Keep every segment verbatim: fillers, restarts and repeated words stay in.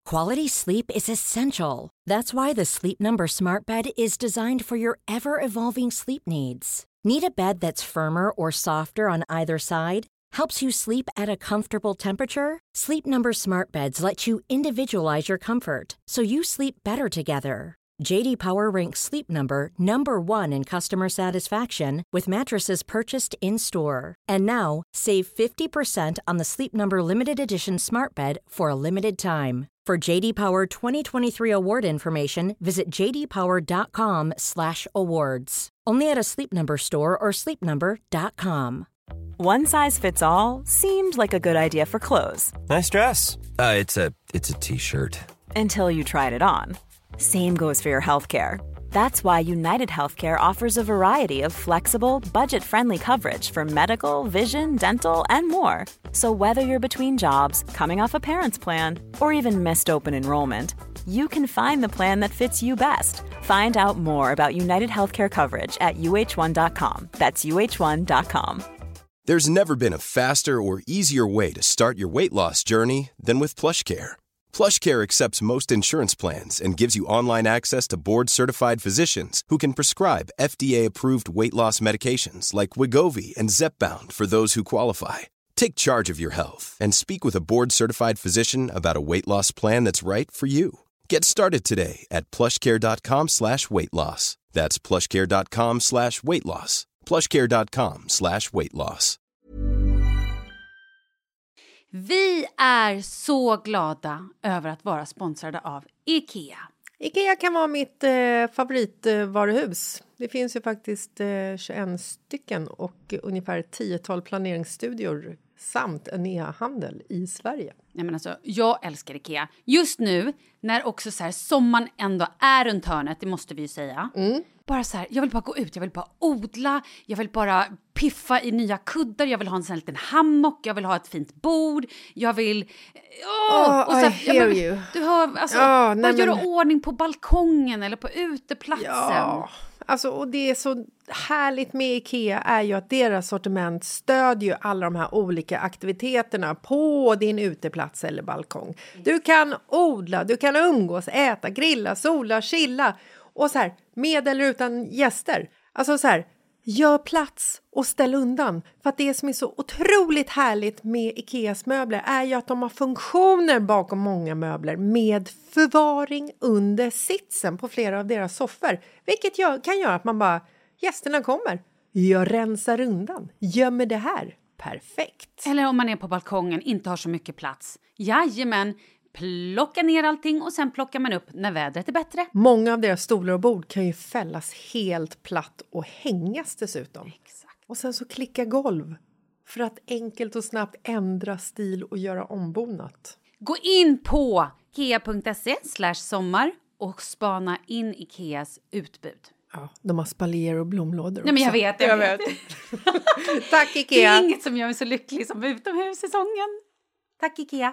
Quality sleep is essential. That's why the Sleep Number Smart Bed is designed for your ever-evolving sleep needs. Need a bed that's firmer or softer on either side? Helps you sleep at a comfortable temperature? Sleep Number Smart Beds let you individualize your comfort, so you sleep better together. J D Power ranks Sleep Number number one in customer satisfaction with mattresses purchased in-store. And now, save fifty percent on the Sleep Number Limited Edition Smart Bed for a limited time. For J D Power twenty twenty-three award information, visit j d power dot com slash awards. Only at a Sleep Number store or sleep number dot com. One size fits all seemed like a good idea for clothes. Nice dress. Uh, it's a it's a t-shirt. Until you tried it on. Same goes for your healthcare. That's why United Healthcare offers a variety of flexible, budget-friendly coverage for medical, vision, dental, and more. So whether you're between jobs, coming off a parent's plan, or even missed open enrollment, you can find the plan that fits you best. Find out more about United Healthcare coverage at u h one dot com. That's u h one dot com. There's never been a faster or easier way to start your weight loss journey than with PlushCare. PlushCare accepts most insurance plans and gives you online access to board-certified physicians who can prescribe F D A-approved weight loss medications like Wegovy and Zepbound for those who qualify. Take charge of your health and speak with a board-certified physician about a weight loss plan that's right for you. Get started today at plushcare.com slash weight loss. That's plushcare.com slash weight loss. plushcare.com slash weight loss. Vi är så glada över att vara sponsrade av IKEA. IKEA kan vara mitt eh, favoritvaruhus. Det finns ju faktiskt eh, tjugoett stycken och ungefär tiotal planeringsstudior samt en e-handel i Sverige. Nej, men alltså, jag älskar IKEA. Just nu, när också så här, sommaren ändå är runt hörnet, det måste vi ju säga. Mm. Bara så här, jag vill bara gå ut, jag vill bara odla, jag vill bara piffa i nya kuddar, jag vill ha en sån här liten hammock, jag vill ha ett fint bord, jag vill... Åh, oh, och så, I hear jag, you. Du hör, alltså, oh, bara göra men... ordning på balkongen eller på uteplatsen. Ja, alltså, och det är så härligt med IKEA är ju att deras sortiment stödjer ju alla de här olika aktiviteterna på din uteplats eller balkong. Du kan odla, du kan umgås, äta, grilla, sola, chilla och så här, med eller utan gäster. Alltså så här, gör plats och ställ undan. För att det som är så otroligt härligt med IKEAs möbler är ju att de har funktioner bakom många möbler med förvaring under sitsen på flera av deras soffor. Vilket gör, kan göra att man bara, gästerna kommer, jag rensar undan, gömmer det här. Perfekt. Eller om man är på balkongen, inte har så mycket plats. Jajamän. Plocka ner allting och sen plockar man upp när vädret är bättre. Många av deras stolar och bord kan ju fällas helt platt och hängas dessutom. Exakt. Och sen så klicka golv för att enkelt och snabbt ändra stil och göra ombonat. Gå in på ikea.se slash sommar och spana in Ikeas utbud. Ja, de har spaljer och blomlådor också. Nej, men jag vet, jag, jag vet. vet. Tack Ikea. Det är inget som gör mig så lycklig som utomhussäsongen. Tack Ikea.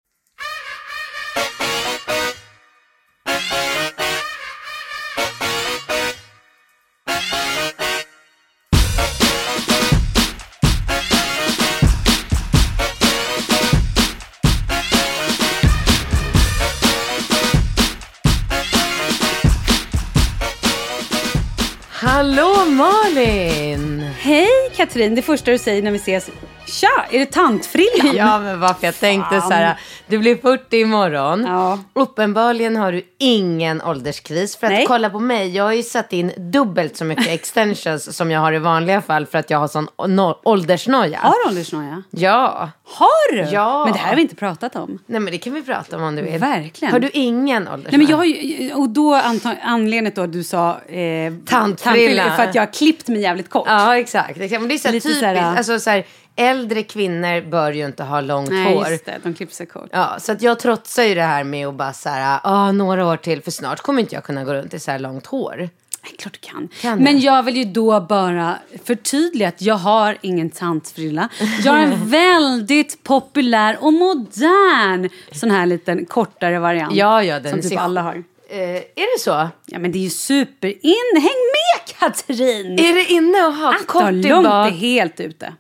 Hallå Malin! Hej Katrin, det första du säger när vi ses. Tja, är det tantfrillan? Ja, men varför jag tänkte så här, du blir fyrtio imorgon. Ja. Uppenbarligen har du ingen ålderskris. För att Nej. kolla på mig, jag har ju satt in dubbelt så mycket extensions som jag har i vanliga fall för att jag har sån no- åldersnoja. Har du åldersnoja? Ja. Har du? Ja. Men det här har vi inte pratat om. Nej, men det kan vi prata om om du vill. Verkligen. Har du ingen åldersnoja? Nej, men jag har ju, och då anta- anledningen då du sa eh, tantfrilla. För att jag har klippt mig jävligt kort. Ja, exakt. exakt. Men det är så Lite typiskt, så här, alltså så här, äldre kvinnor bör ju inte ha långt Nej, hår. just det. De klipper sig kort. Ja, så att jag trotsar ju det här med att bara så här, ah, några år till, för snart kommer inte jag kunna gå runt i så här långt hår. Nej, klart du kan. kan Men jag? jag vill ju då bara förtydliga att jag har ingen tantfrilla. Jag har en väldigt populär och modern sån här liten kortare variant. Ja, ja, den som typ ser... alla har. Eh, är det så? Ja, men det är ju super in. Häng med, Katrin! Är det inne att ha att kort långt tillbaka? är helt ute.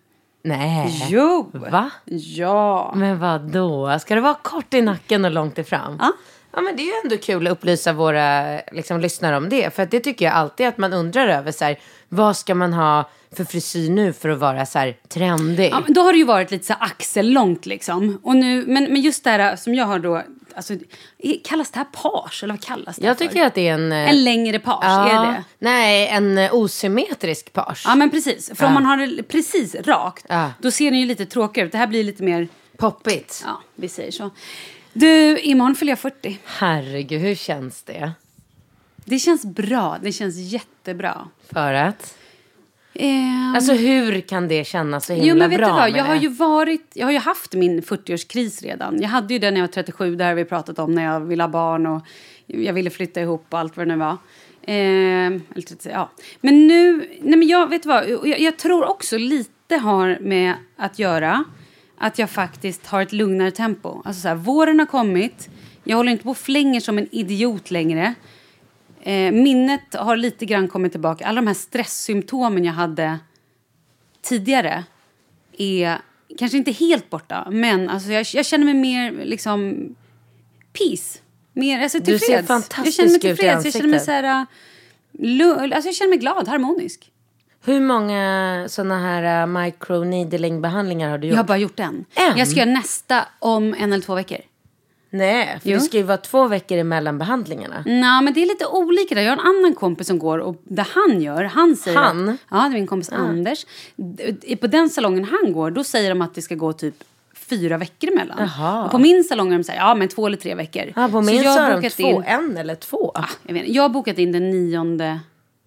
Nej. Jo. Va? Ja. Men vad då? Ska det vara kort i nacken och långt i fram? Ja. Ja, men det är ju ändå kul att upplysa våra liksom, lyssnare om det. För att det tycker jag alltid att man undrar över. Så här, vad ska man ha för frisyr nu för att vara så här trendig? Ja, men då har det ju varit lite så här axellångt liksom. Och nu, men, men just det här som jag har då... Alltså, kallas det här page? Eller vad kallas det Jag för? tycker att det är en... En längre page, ja, är det? Nej, en asymmetrisk page. Ja, men precis. För ja. om man har det precis rakt, ja. då ser den ju lite tråkigare ut. Det här blir lite mer... Poppigt. Ja, vi säger så. Du, imorgon fyller jag fyrtio. Herregud, hur känns det? Det känns bra. Det känns jättebra. För att? Um, alltså hur kan det kännas så himla jo, men vet bra? Du vad? Jag har det? ju varit, jag har ju haft min fyrtioårskris redan. Jag hade ju den när jag var trettiosju, där vi pratat om när jag ville ha barn och jag ville flytta ihop och allt vad det nu var. Um, eller, ja. Men nu, nej men jag vet du vad, jag, jag tror också lite har med att göra att jag faktiskt har ett lugnare tempo. Alltså så här, våren har kommit, jag håller inte på och flänger som en idiot längre. Eh, minnet har lite grann kommit tillbaka. Alla de här stresssymptomen jag hade tidigare är kanske inte helt borta. Men alltså, jag, jag känner mig mer liksom peace. Mer, alltså, du ser fantastisk jag känner mig ut i ansiktet. Jag känner mig så här, uh, alltså, jag känner mig glad, harmonisk. Hur många såna här uh, microneedling-behandlingar har du gjort? Jag har bara gjort en. en. Jag ska göra nästa om en eller två veckor. Nej, för jo. Det ska ju vara två veckor emellan behandlingarna. Nej, men det är lite olika där. Jag har en annan kompis som går och det han gör, han säger Han? Att, ja, det är min kompis mm. Anders. På den salongen han går, då säger de att det ska gå typ fyra veckor emellan. Jaha. Och på min salong är de säger ja, men två eller tre veckor. Ja, på min så har de två, in, en eller två. Ah, jag vet, jag har bokat in den nionde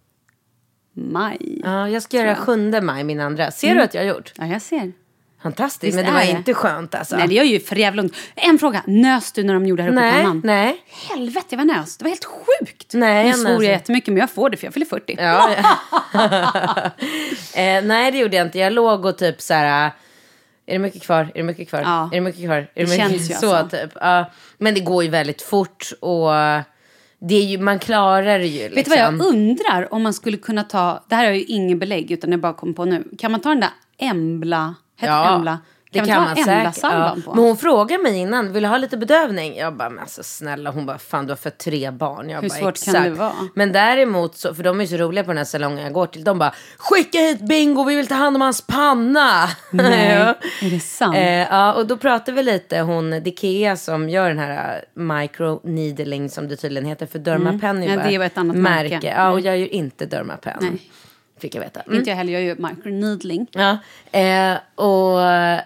maj. Ja, jag ska göra sjunde maj, min andra. Ser mm. du att jag har gjort? Ja, jag ser. Fantastiskt, visst, men det var det inte skönt alltså. Nej, det gör ju för jävla långt. En fråga, nös du när de gjorde här uppe nej, på pannan? Nej, helvete, jag var nös. Det var helt sjukt. Nej, nu svor jag jättemycket, men jag får det för jag fyller fyrtio. Ja, ja. eh, nej, det gjorde jag inte. Jag låg och typ så här... Är det mycket kvar? Är det mycket kvar? Ja. Är det mycket kvar? Är det, det mycket? Känns ju så alltså. Typ. Uh, men det går ju väldigt fort och... Det är ju, man klarar det ju liksom. Vet du vad jag undrar om man skulle kunna ta... Det här är ju ingen belägg utan jag bara kom på nu. Kan man ta den där Embla? Heter ja, Embla? Kan det man kan ta man säkert. Ja. På? Men hon frågade mig innan, vill du ha lite bedövning? Jag bara, men alltså snälla. Hon bara, fan du har för tre barn. Jag Hur bara, svårt exakt. kan det vara? Men däremot, så, för de är så roliga på den här salongen jag går till. De bara, skicka hit Bingo, vi vill ta hand om hans panna. Nej, ja. Är det sant? Eh, ja, och då pratade vi lite, hon Dikea som gör den här microneedling som det tydligen heter för Dermapen. Mm. Ja, det är ett annat märke. märke. Ja, och jag gör inte Dermapen. Nej. Fick jag veta. Mm. Inte jag heller, jag gör microneedling. Ja, eh, och...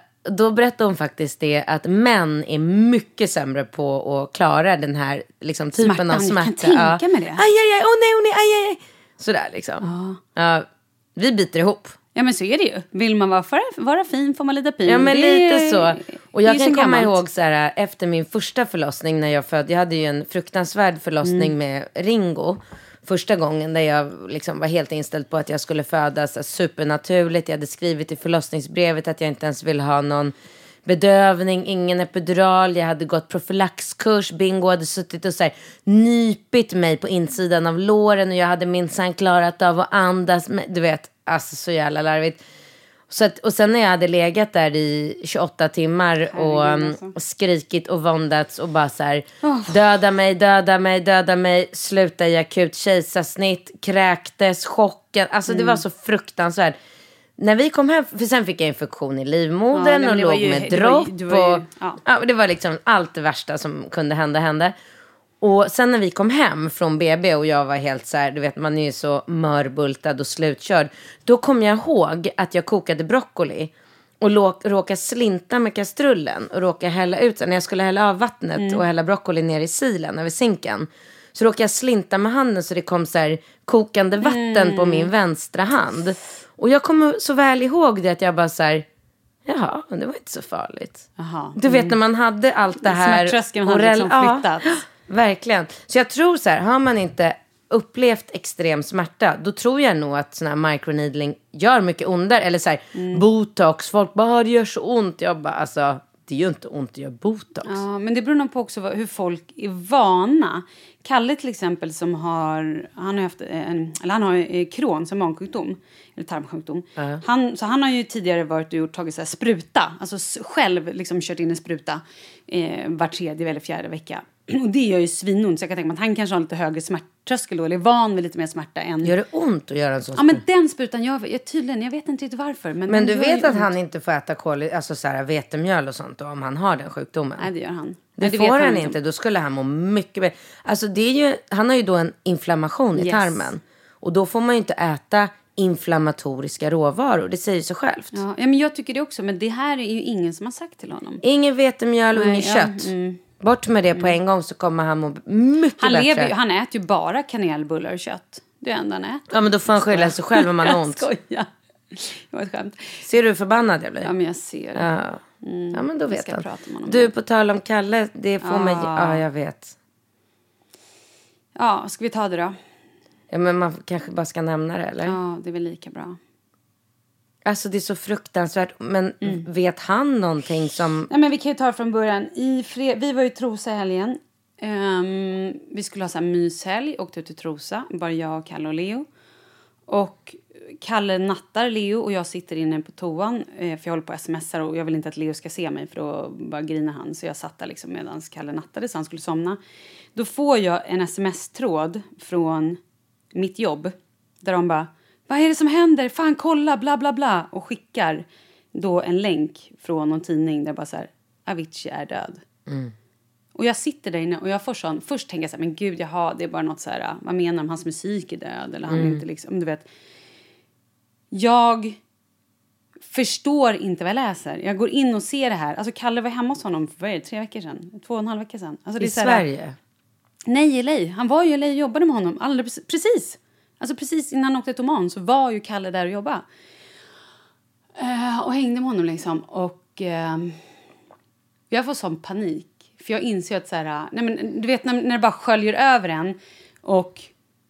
Då berättade hon faktiskt det att män är mycket sämre på att klara den här liksom, typen Smärtan, av smärta. Jag kan tänka ja. mig det. Aj, aj, aj, åh nej, åh nej, aj, aj. Sådär liksom. Ja. Uh, vi biter ihop. Ja, men så är det ju. Vill man vara, för, vara fin får man lida pin. Ja, men det lite är, så. Och jag kan komma gammalt. ihåg så här, efter min första förlossning när jag födde. Jag hade ju en fruktansvärd förlossning mm. med Ringo. Första gången där jag liksom var helt inställd på att jag skulle födas supernaturligt. Jag hade skrivit i förlossningsbrevet att jag inte ens ville ha någon bedövning, ingen epidural. Jag hade gått profylaxkurs. Bingo hade suttit och så här, nypit mig på insidan av låren. Och jag hade minsann klarat av att andas. Du vet, alltså så jävla larvigt. Så att, och sen när jag hade legat där i tjugoåtta timmar och um, skrikit och våndats och bara så här, oh. döda mig, döda mig, döda mig, sluta i akut kejsarsnitt, kräktes, chocken. Alltså mm. det var så fruktansvärt. När vi kom hem, för sen fick jag infektion i livmodern ja, och låg ju, med dropp. Det var, ju, och, ja. Ja, det var liksom allt det värsta som kunde hända hände. Och sen när vi kom hem från B B och jag var helt så här, du vet man är ju så mörbultad och slutkörd. Då kom jag ihåg att jag kokade broccoli och lå- råkade slinta med kastrullen och råkade hälla ut. När jag skulle hälla av vattnet mm. och hälla broccoli ner i silen över sinken. Så råkade jag slinta med handen så det kom så här kokande vatten mm. på min vänstra hand. Och jag kommer så väl ihåg det att jag bara så här, jaha, det var inte så farligt. Aha. Du vet när man hade allt det här. Smärttröskeln hade liksom flyttat. Ja, verkligen. Så jag tror så här, har man inte upplevt extrem smärta, då tror jag nog att sån här microneedling gör mycket ondare. Eller så här, mm. botox, folk bara, det gör så ont. Jag bara, alltså, det är ju inte ont att göra botox. Ja, men det beror nog på också hur folk är vana. Kalle till exempel som har, han har haft en, eller han har Crohn som magsjukdom, eller tarmsjukdom. Uh. Han, så han har ju tidigare varit och gjort, tagit så här spruta, alltså själv liksom kört in en spruta eh, var tredje eller fjärde vecka. Och det gör ju svinont, så jag kan tänka mig att han kanske har lite högre smärttröskel då, eller är van vid lite mer smärta än... Gör det ont att göra en sån spruta? Ja, men den sprutan gör jag tydligen, jag vet inte riktigt varför. Men, men du vet att ont. Han inte får äta kol, alltså så här, vetemjöl och sånt då, om han har den sjukdomen? Nej, det gör han. Det, Nej, det får han, han inte. inte, då skulle han må mycket bättre. Alltså det är ju, han har ju då en inflammation i yes. tarmen. Och då får man ju inte äta inflammatoriska råvaror, det säger sig självt. Ja, ja, men jag tycker det också, men det här är ju ingen som har sagt till honom. Ingen vetemjöl och inget ja, kött. Mm. Bort med det på en gång så kommer han må mycket han bättre. Lever ju, han äter ju bara kanelbullar och kött. Det är enda han äter. Ja, men då får han skylla sig själv om man har ont. Jag skojar. Det var ett skämt. Ser du hur förbannad jag blir? Ja, men jag ser det. Ja, mm. ja men då vet jag. Du, det. På tal om Kalle, det får ja. mig... Ja, jag vet. Ja, ska vi ta det då? Ja, men man kanske bara ska nämna det, eller? Ja, det är väl lika bra. Alltså det är så fruktansvärt. Men mm. vet han någonting som... Nej, men vi kan ju ta det från början. I fred... Vi var ju i Trosa helgen. Um, vi skulle ha så här myshelg. Åkte ut till Trosa. Bara jag, Kalle och Leo. Och Kalle nattar Leo. Och jag sitter inne på toan. Eh, för jag håller på att smsar. Och jag vill inte att Leo ska se mig. För då bara grina han. Så jag satt där liksom medan Kalle nattade. Så han skulle somna. Då får jag en sms-tråd från mitt jobb. Där de bara... Vad är det som händer? Fan, kolla, bla bla bla. Och skickar då en länk från någon tidning där bara så här, Avicii är död. Mm. Och jag sitter där inne och jag får sån, först tänker jag så här, men gud, jaha, det är bara något så här, vad menar de, om hans musik är död? Eller han mm. inte liksom, du vet. Jag förstår inte vad jag läser. Jag går in och ser det här. Alltså Kalle var hemma hos honom för vad är det, tre veckor sedan? Två och en halv vecka sedan. Alltså, det är I Sverige? Här, nej, i L A. Han var ju i L A och jobbade med honom. Alldeles, precis. Alltså precis innan han åkte till Oman så var ju Kalle där och jobbade. Uh, och hängde med honom liksom. Och uh, jag får sån panik. För jag inser att så här, nej men du vet när, när det bara sköljer över en. Och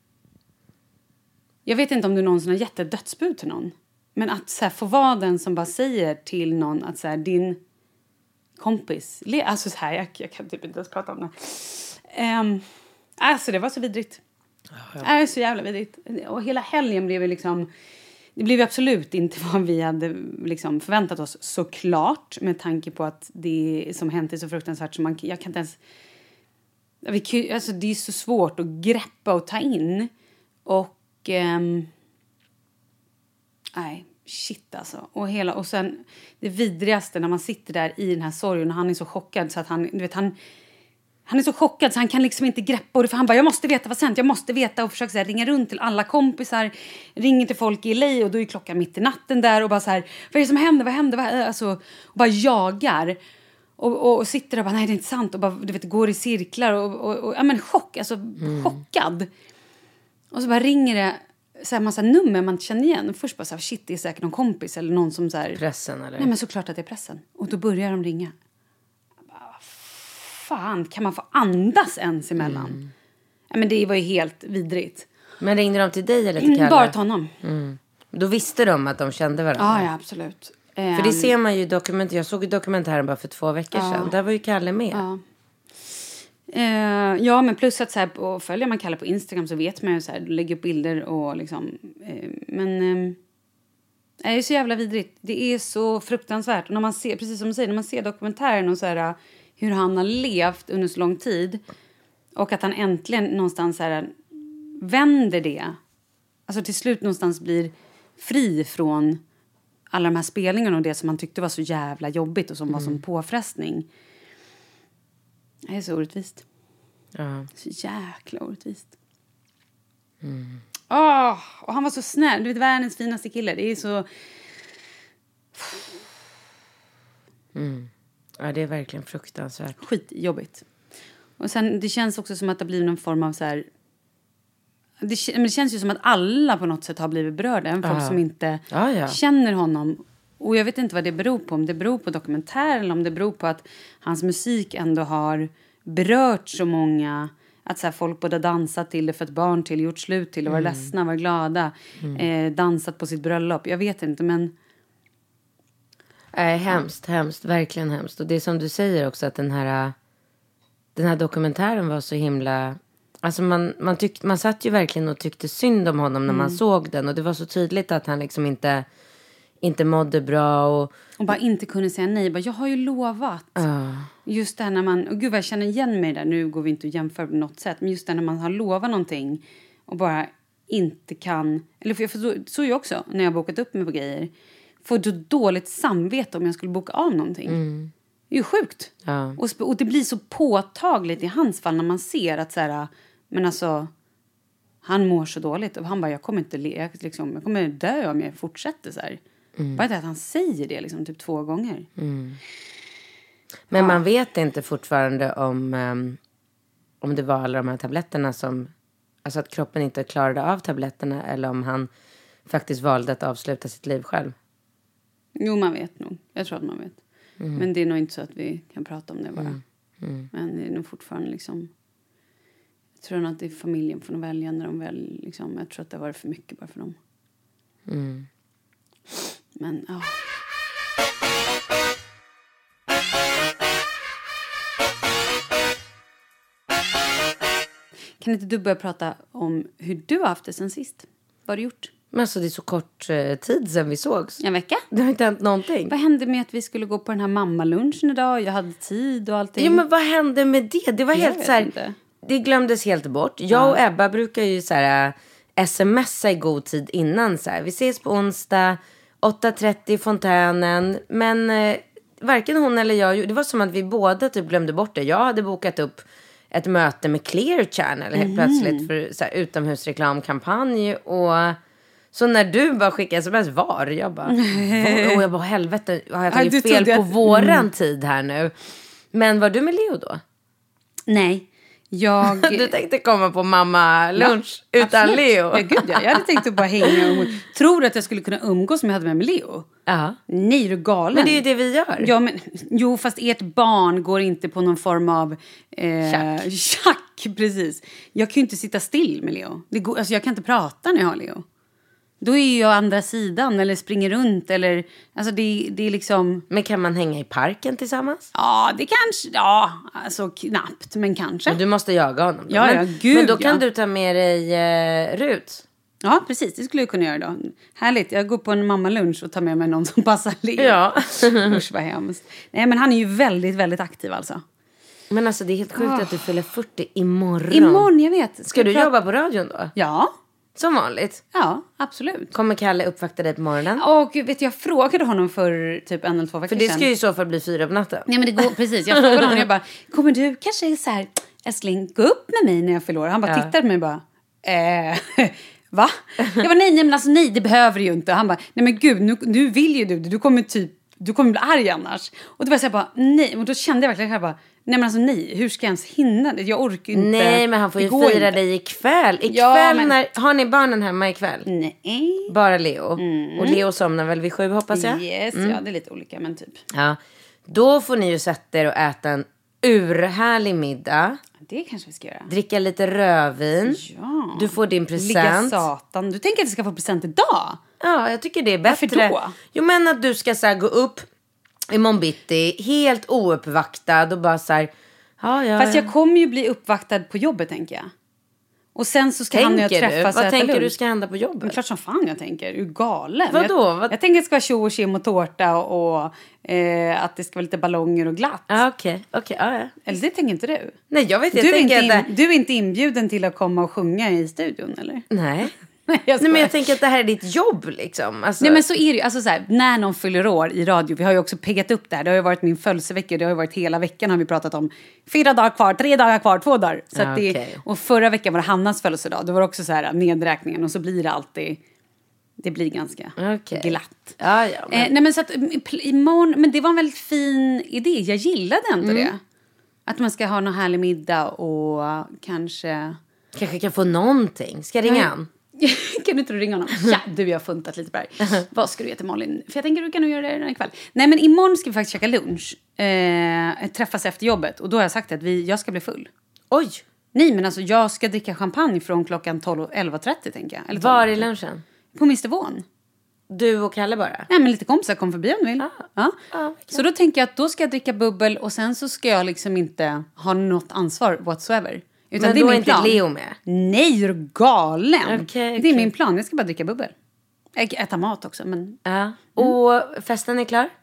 jag vet inte om du någonsin har gett ett dödsbud till någon. Men att så här, få vara den som bara säger till någon att så här, din kompis. Alltså så här, jag, jag kan typ inte ens prata om det. Um, alltså det var så vidrigt. Det är så jävla vidrigt. Och hela helgen blev ju liksom... Det blev ju absolut inte vad vi hade liksom förväntat oss, såklart. Med tanke på att det som hänt är så fruktansvärt. Så man, jag kan inte ens... Vi, alltså det är så svårt att greppa och ta in. Och... Um, nej, shit alltså. Och, hela, och sen det vidrigaste när man sitter där i den här sorgen. Och han är så chockad så att han... Du vet, han... Han är så chockad så han kan liksom inte greppa. Och för han bara, jag måste veta vad sent. Jag måste veta och försöka så här, ringa runt till alla kompisar. Ringer till folk i L A och då är klockan mitt i natten där. Och bara så här, vad är det som händer? Vad händer? Vad, alltså, och bara jagar. Och, och, och sitter där och bara, nej det är inte sant. Och bara, du vet, går i cirklar. Och, och, och ja men chock, alltså mm. chockad. Och så bara ringer det så här massa nummer man inte känner igen. Först bara så här, shit det är säkert någon kompis. Eller någon som så här. Pressen eller? Nej men såklart att det är pressen. Och då börjar de ringa. Fan, kan man få andas ens emellan? Mm. Ja, men det var ju helt vidrigt. Men ringde de till dig eller till Kalle? Bara till honom. Mm. Då visste de att de kände varandra? Ja, ja absolut. För det ser man ju i dokument. Jag såg ju dokumentären bara för två veckor ja. sedan. Där var ju Kalle med. Ja, uh, ja men plus att så här, och följer man Kalle på Instagram så vet man ju så här, lägger upp bilder och liksom. Uh, men uh, det är så jävla vidrigt. Det är så fruktansvärt. Och när man ser, precis som du säger, när man ser dokumentären och så här... Hur han har levt under så lång tid. Och att han äntligen någonstans här vänder det. Alltså till slut någonstans blir fri från alla de här spelningarna. Och det som han tyckte var så jävla jobbigt. Och som mm. var som påfrestning. Det är så orättvist. Ja. Så jäkla orättvist. Mm. Oh, och han var så snäll. Du vet, världens finaste kille. Det är så... Mm. Ja, det är verkligen fruktansvärt. Skitjobbigt. Och sen, det känns också som att det blir någon form av så här... Det, men det känns ju som att alla på något sätt har blivit berörda. Även folk som inte ja, ja. känner honom. Och jag vet inte vad det beror på. Om det beror på dokumentär eller om det beror på att hans musik ändå har berört så många. Att så här, folk både dansat till det för ett barn till, gjort slut till och varit mm. ledsna, varit glada. Mm. Eh, dansat på sitt bröllop. Jag vet inte, men... Nej, hemskt, hemskt, verkligen hemskt. Och det är som du säger också att den här, den här dokumentären var så himla... Alltså man, man, tyck, man satt ju verkligen och tyckte synd om honom när mm. man såg den. Och det var så tydligt att han liksom inte, inte mådde bra. Och, och bara inte kunde säga nej. Bara, jag har ju lovat. Uh. Just det här när man... Och gud vad jag känner igen mig där. Nu går vi inte att jämföra på något sätt. Men just det när man har lovat någonting. Och bara inte kan... Eller för jag förstår, så är jag också när jag har bokat upp mig på grejer. Får då dåligt samvete om jag skulle boka av någonting. Mm. Det är ju sjukt. Ja. Och, och det blir så påtagligt i hans fall när man ser att så här, men alltså, han mår så dåligt. Och han bara, jag kommer inte le, liksom, jag kommer dö om jag fortsätter så här. Mm. Bara det att han säger det liksom typ två gånger. Mm. Men ja. Man vet inte fortfarande om, um, om det var alla de här tabletterna som, alltså att kroppen inte klarade av tabletterna. Eller om han faktiskt valde att avsluta sitt liv själv. Jo, man vet nog. Jag tror att man vet. Mm. Men det är nog inte så att vi kan prata om det bara. Mm. Mm. Men det är nog fortfarande liksom... Jag tror nog att det är familjen får välja när de väl... Liksom, jag tror att det var för mycket bara för dem. Mm. Men, ja... Kan inte du börja prata om hur du har haft det sen sist? Vad har du gjort? Men alltså det är så kort eh, tid sedan vi sågs. En vecka? Det har inte hänt någonting. Vad hände med att vi skulle gå på den här mammalunchen idag? Jag hade tid och allting. Ja, men vad hände med det? Det var jag helt så här... Inte. Det glömdes helt bort. Jag ja. och Ebba brukar ju så här smsa i god tid innan. Så här. Vi ses på onsdag, åtta trettio i fontänen. Men eh, varken hon eller jag... Det var som att vi båda typ glömde bort det. Jag hade bokat upp ett möte med Clear Channel helt mm. plötsligt för så här, utomhusreklamkampanj. Och så när du bara skickade sms var, jag bara, och jag bara, helvete, har jag tagit fel på att... våran mm. tid här nu? Men var du med Leo då? Nej. Jag... Du tänkte komma på mamma lunch ja, utan absolut. Leo. Ja, gud, ja. Jag hade tänkt att bara hänga och... Tror du att jag skulle kunna umgås om jag hade med mig Leo? Ja. Nej, du är galen. Men det är ju det vi gör. Ja, men, jo, fast ert barn går inte på någon form av... Eh, tjack, precis. Jag kan ju inte sitta still med Leo. Det går, alltså, jag kan inte prata när jag har Leo. Då är jag andra sidan eller springer runt eller alltså det, det är liksom... Men kan man hänga i parken tillsammans? Ja, det kanske, ja, alltså knappt, men kanske. Men du måste jaga honom då. Ja, men, ja, gud, men då kan ja. du ta med dig eh, Rut. Ja, precis, det skulle jag kunna göra då. Härligt, jag går på en mammalunch och tar med mig någon som passar Leo. Ja. Usch, vad hemskt. Nej, men han är ju väldigt, väldigt aktiv alltså. Men alltså det är helt sjukt oh. att du fyller fyrtio imorgon. Imorgon, jag vet. Ska, Ska du pra- jobba på radion då? Ja. Som vanligt? Ja, absolut. Kommer Kalle uppvakta dig på morgonen? Och vet du, jag frågade honom för typ en eller två veckor sedan. För det ska ju i så fall bli fyra på natten. Nej, men det går precis. Jag frågade honom, jag bara, kommer du kanske så här, älskling, gå upp med mig när jag förlorar? Han bara ja. tittade på mig och bara, eh, va? Jag bara, nej, nej, men alltså nej, det behöver du ju inte. Han bara, nej men gud, nu, nu vill ju du det. Du kommer typ, du kommer bli arg annars. Och då var jag så här bara, nej. Och då kände jag verkligen att jag bara, nej men alltså nej, hur ska jag ens hinna det? Jag orkar inte. Nej, men han får ju fira inte. dig ikväll. Ikväll, ja, men... när, har ni barnen hemma ikväll? Nej. Bara Leo. Mm. Och Leo somnar väl vid sju, hoppas jag? Yes, mm. ja, det är lite olika, men typ. Ja, då får ni ju sätta er och äta en urhärlig middag. Det kanske vi ska göra. Dricka lite rödvin. Ja. Du får din present. Ligga satan. Du tänker att jag ska få present idag? Ja, jag tycker det är bättre. Varför då? Jo, men att du ska så här, gå upp imorgon bitti, helt ouppvaktad och bara så här, ja, ja. Fast jag kommer ju bli uppvaktad på jobbet, tänker jag. Och sen så ska tänker han och jag träffas. Vad tänker lunch. Du ska hända på jobbet? Men klart som fan jag tänker. Du är galen. Vadå? Jag, Vad? jag tänker att det ska vara tjo och tjim och tårta och, och eh, att det ska vara lite ballonger och glatt. Ah, okej, okay. okay, ah, ja. Eller det tänker inte du? Nej, jag vet jag du är inte in, att Du är inte inbjuden till att komma och sjunga i studion, eller? Nej. Nej, men jag tänker att det här är ditt jobb liksom. Alltså... Nej, men så är det ju. Alltså, så här, när någon fyller år i radio, vi har ju också peggat upp det här. Det har ju varit min födelsevecka, det har ju varit hela veckan har vi pratat om. Fyra dagar kvar, tre dagar kvar, två dagar. Så att det, okay. Och förra veckan var det Hannas födelsedag. Det var också så här nedräkningen och så blir det alltid, det blir ganska okay. glatt. Ja, ja, men... Eh, nej, men så att imorgon, men det var en väldigt fin idé. Jag gillade ändå mm. det. Att man ska ha någon härlig middag och kanske... Kanske kan få någonting. Ska jag ringa han? Kan du inte ringa honom? Ja, du, jag har funtat lite på det här. Vad ska du ge till Malin? För jag tänker att du kan nog göra det den här kväll. Nej, men imorgon ska vi faktiskt käka lunch. Eh, träffas efter jobbet. Och då har jag sagt att vi, jag ska bli full. Oj! Nej, men alltså jag ska dricka champagne från klockan tolv och elva trettio, tänker jag. Eller var är lunchen? På mister Vaughan. Du och Kalle bara? Nej, men lite kompisar kom förbi om du vill. Ah. Ja. Ah, så då tänker jag att då ska jag dricka bubbel och sen så ska jag liksom inte ha något ansvar whatsoever. Utan men det är då min är inte plan. Leo med? Nej, är du galen? Okay, okay. Det är min plan, jag ska bara dricka bubbel. Jag äta mat också, men... Ja. Mm. Och festen är klar?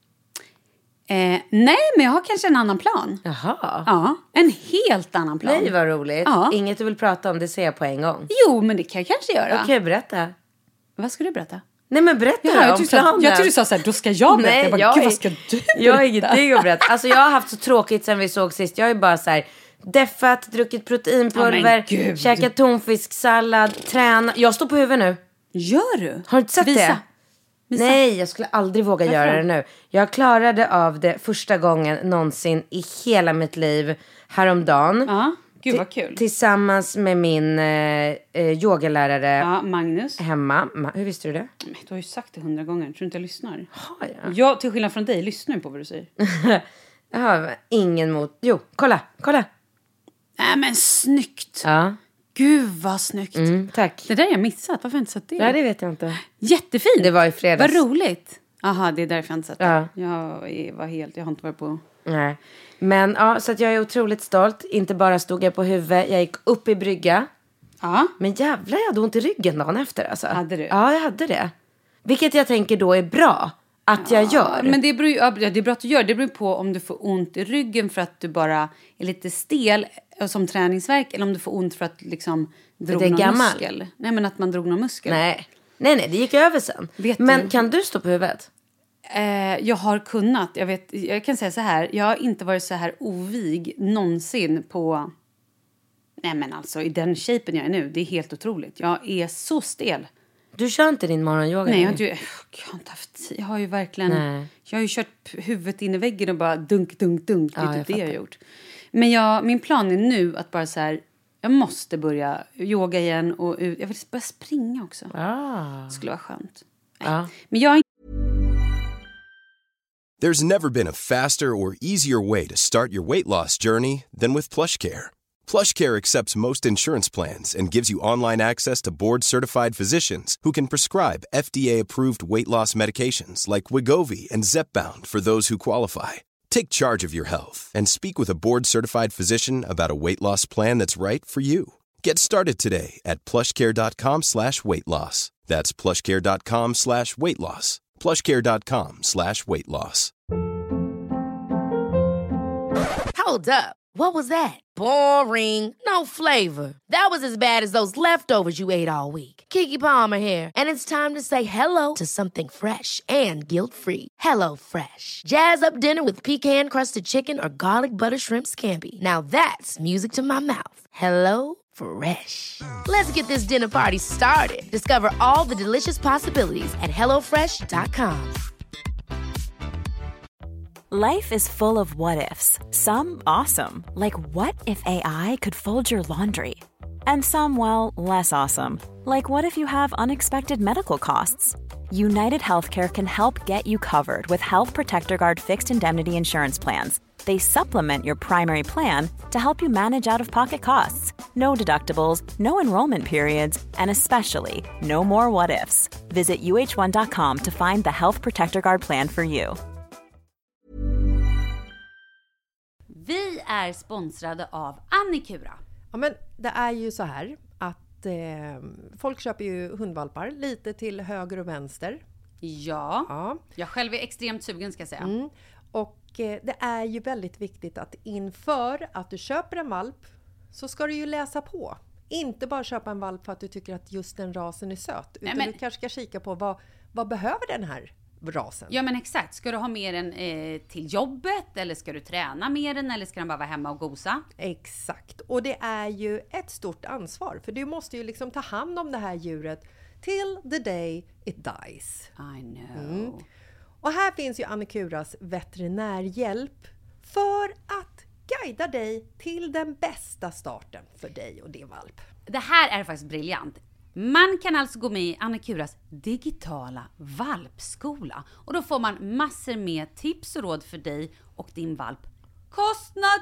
Eh, nej, men jag har kanske en annan plan. Jaha. Ja, en helt annan plan. Nej, vad roligt. Ja. Inget du vill prata om, det ser jag på en gång. Jo, men det kan jag kanske göra. Okej, okay, berätta. Vad ska du berätta? Nej, men berätta ja, jag om planen. Jag tyckte du sa så här, då ska jag berätta. Nej, jag bara, jag gud, är, vad ska du berätta? Jag har ingenting att berätta. Alltså, jag har haft så tråkigt sen vi såg sist. Jag är bara så här... deffat, druckit proteinpulver, oh, käkat tonfisksallad, träna. Jag står på huvudet nu. Gör du? Har du inte sett Visa. det? Visa. Nej, jag skulle aldrig våga Varför? göra det nu. Jag klarade av det första gången någonsin i hela mitt liv häromdagen. Ja, gud vad kul. T- tillsammans med min eh, yogalärare ja, Magnus. hemma. Ma- Hur visste du det? Men, du har ju sagt det hundra gånger. Tror du inte jag lyssnar? Har jag? Jag, till skillnad från dig, lyssnar på vad du säger. Jag har ingen mot... Jo, kolla, kolla. Nej, men snyggt. Ja. Gud vad snyggt. Mm, tack. Det där har jag missat. Varför har jag inte sett det? Nej, det vet jag inte. Jättefint. Det var i fredags. Vad roligt. Aha, det är därför jag inte sett det. Ja. Jag var helt... Jag har inte varit på... Nej. Men ja, så att jag är otroligt stolt. Inte bara stod jag på huvudet. Jag gick upp i brygga. Ja. Men jävlar, jag hade ont i ryggen dagen efter. Alltså. Hade du? Ja, jag hade det. Vilket jag tänker då är bra. Att jag gör. Men det beror ju, ja, det är bra att du gör. Det beror på om du får ont i ryggen för att du bara är lite stel som träningsvärk. Eller om du får ont för att liksom drog det är någon gammal. muskel. Nej, men att man drog någon muskel. Nej, nej, nej det gick över sen. Vet men du? kan du stå på huvudet? Eh, jag har kunnat. Jag, vet, jag kan säga så här. Jag har inte varit så här ovig någonsin på... Nej, men alltså i den shapen jag är nu. Det är helt otroligt. Jag är så stel. Du kör inte din morgonyoga? Nej, jag har, inte, jag har inte haft tid. Jag har ju verkligen... Nej. Jag har ju kört huvudet in i väggen och bara dunk, dunk, dunk. Ja, det är jag typ det jag har fattar. gjort. Men jag, min plan är nu att bara så här... Jag måste börja yoga igen och ut. Jag vill börja springa också. Ah. Det skulle vara skönt. Ah. Men jag är There's never been a faster or easier way to start your weight loss journey than with PlushCare. PlushCare accepts most insurance plans and gives you online access to board-certified physicians who can prescribe F D A-approved weight loss medications like Wegovy and Zepbound for those who qualify. Take charge of your health and speak with a board-certified physician about a weight loss plan that's right for you. Get started today at plushcare.com slash weight loss. That's plushcare.com slash weight loss. plushcare.com slash weight loss. Hold up. What was that? Boring. No flavor. That was as bad as those leftovers you ate all week. Keke Palmer here, and it's time to say hello to something fresh and guilt-free. Hello Fresh. Jazz up dinner with pecan-crusted chicken or garlic butter shrimp scampi. Now that's music to my mouth. Hello Fresh. Let's get this dinner party started. Discover all the delicious possibilities at hello fresh dot com. Life is full of what-ifs. Some awesome, like what if A I could fold your laundry? And some, well, less awesome, like what if you have unexpected medical costs? United Healthcare can help get you covered with Health Protector Guard fixed indemnity insurance plans. They supplement your primary plan to help you manage out-of-pocket costs. No deductibles, no enrollment periods, and especially no more what-ifs. Visit U H one dot com to find the Health Protector Guard plan for you. Vi är sponsrade av Annikura. Ja, men det är ju så här att eh, folk köper ju hundvalpar lite till höger och vänster. Ja, ja. Jag själv är extremt sugen ska jag säga. Mm. Och eh, det är ju väldigt viktigt att inför att du köper en valp så ska du ju läsa på. Inte bara köpa en valp för att du tycker att just den rasen är söt. Utan Nej, men... du kanske ska kika på vad, vad behöver den här rasen. Ja, men exakt. Ska du ha med den eh, till jobbet eller ska du träna med den eller ska den bara vara hemma och gosa? Exakt. Och det är ju ett stort ansvar för du måste ju liksom ta hand om det här djuret till the day it dies. I know. Mm. Och här finns ju Annikuras veterinärhjälp för att guida dig till den bästa starten för dig och din valp. Det här är faktiskt briljant. Man kan alltså gå med i Annikuras digitala valpskola. Och då får man massor med tips och råd för dig och din valp.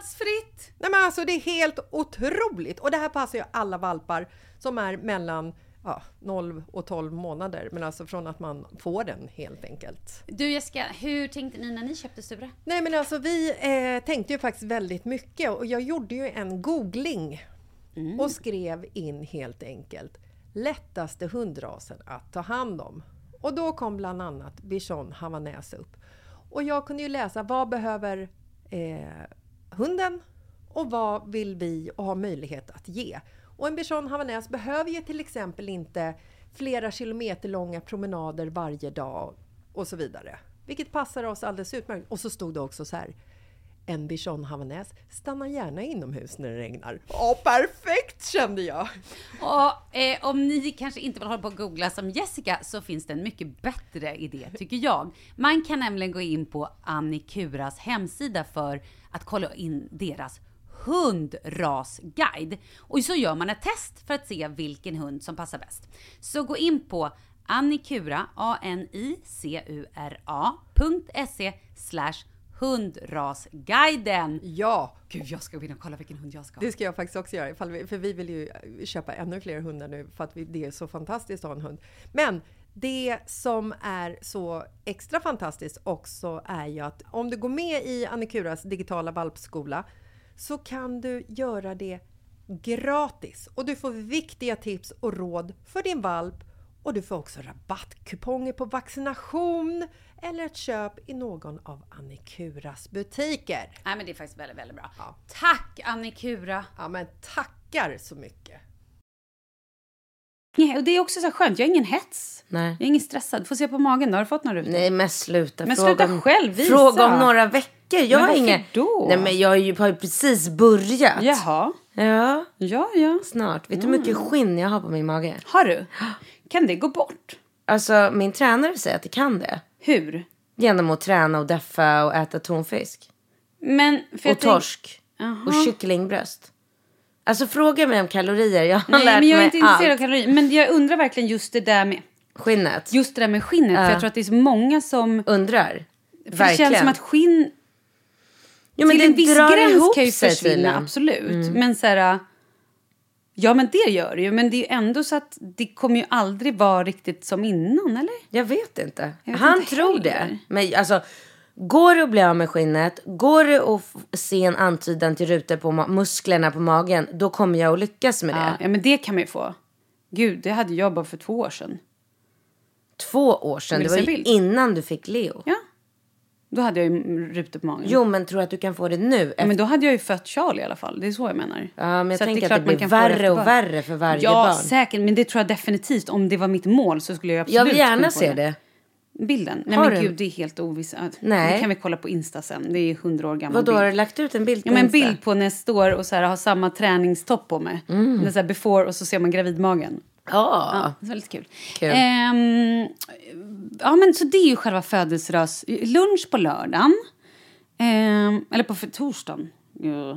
Kostnadsfritt! Nej men alltså det är helt otroligt. Och det här passar ju alla valpar som är mellan ja, noll och tolv månader. Men alltså från att man får den helt enkelt. Du Jessica, hur tänkte ni när ni köpte Sture? Nej men alltså vi eh, tänkte ju faktiskt väldigt mycket. Och jag gjorde ju en googling. Mm. Och skrev in helt enkelt lättaste hundrasen att ta hand om. Och då kom bland annat Bichon Havanäs upp. Och jag kunde ju läsa vad behöver eh, hunden och vad vill vi och ha möjlighet att ge. Och en Bichon Havanäs behöver ju till exempel inte flera kilometer långa promenader varje dag och så vidare. Vilket passar oss alldeles utmärkt. Och så stod det också så här. En Bichon Havanäs stannar gärna inomhus när det regnar. Åh, perfekt kände jag! Och eh, om ni kanske inte vill hålla på att googla som Jessica så finns det en mycket bättre idé tycker jag. Man kan nämligen gå in på Annikuras hemsida för att kolla in deras hundrasguide. Och så gör man ett test för att se vilken hund som passar bäst. Så gå in på Annikura, A N I C U R A punkt se slash hundrasguiden. Ja. Gud, jag ska gå in och kolla vilken hund jag ska ha. Det ska jag faktiskt också göra. Ifall vi, för vi vill ju köpa ännu fler hundar nu. För att vi, det är så fantastiskt att ha en hund. Men det som är så extra fantastiskt också är ju att om du går med i Annikuras digitala valpskola så kan du göra det gratis. Och du får viktiga tips och råd för din valp. Och du får också rabattkuponger på vaccination eller ett köp i någon av Annikuras butiker. Nej, men det är faktiskt väldigt, väldigt bra. Ja. Tack Annikura! Ja, men tackar så mycket. Ja, och det är också så skönt, jag är ingen hets. Nej. Jag är ingen stressad. Får se på magen då, har du fått några rutor? Nej, men sluta. Men fråga sluta om, själv, visa. Fråga om några veckor. Jag men har inga... då? Nej, men jag har ju, har ju precis börjat. Jaha. Ja. Ja, ja. Snart. Vet du hur mycket skinn jag har på min mage? Har du? Kan det gå bort? Alltså, min tränare säger att det kan det. Hur? Genom att träna och deffa och äta tonfisk. Men, för och torsk. Tänk... Och kycklingbröst. Alltså, fråga mig om kalorier. Jag har Nej, lärt men jag är mig inte intresserad allt. av kalorier. Men jag undrar verkligen just det där med... Skinnet. Just det där med skinnet. Ja. För jag tror att det är så många som... Undrar. För Verkligen. det känns som att skinn... Jo, men till det en viss drar gräns ihop kan ju sig försvinna, tydligen. absolut. Mm. Men så här... Ja, men det gör det ju. Men det är ju ändå så att det kommer ju aldrig vara riktigt som innan, eller? Jag vet inte. Jag vet Han inte tror heller. det. Men alltså, går det att bli av med skinnet, går det att f- se en antydan till rutor på ma- musklerna på magen, då kommer jag att lyckas med Ja, det. ja, men det kan man ju få. Gud, det hade jag bara för två år sedan. Två år sedan, Vill det du var se ju bild? innan du fick Leo. Ja. Då hade jag ju rutor på magen. Jo, men tror att du kan få det nu? Ja, men då hade jag ju fött Charlie i alla fall. Det är så jag menar. Ja, men jag Så tänker är att det klart man blir kan få det värre efter och barn. värre för varje ja, barn. Ja, säkert. Men det tror jag definitivt. Om det var mitt mål så skulle jag absolut Jag vill gärna kunna få se det. Bilden? Nej, Har men du? gud, det är helt ovisst. Nej. Det kan vi kolla på Insta sen. Det är hundra år gammal Vad då bild. har du lagt ut en bild på Ja, men en Insta? bild på när jag står och så här, har samma träningstopp på mig. Mm. Det är så här before och så ser man gravidmagen. Ja. Ja, det var lite kul. Kul. Ehm, ja, men så det är ju själva födelsedags... Lunch på lördagen. Ehm, eller på för torsdagen. Ja.